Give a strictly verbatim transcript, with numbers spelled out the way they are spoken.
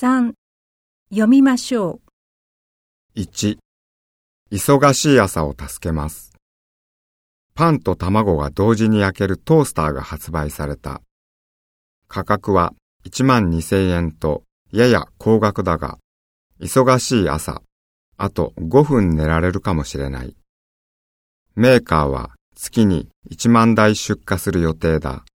さん、読みましょう。 いち、忙しい朝を助けます。パンと卵が同時に焼けるトースターが発売された。価格はいちまんにせんえんとやや高額だが、忙しい朝、あとごふん寝られるかもしれない。メーカーは月にいちまんだい出荷する予定だ。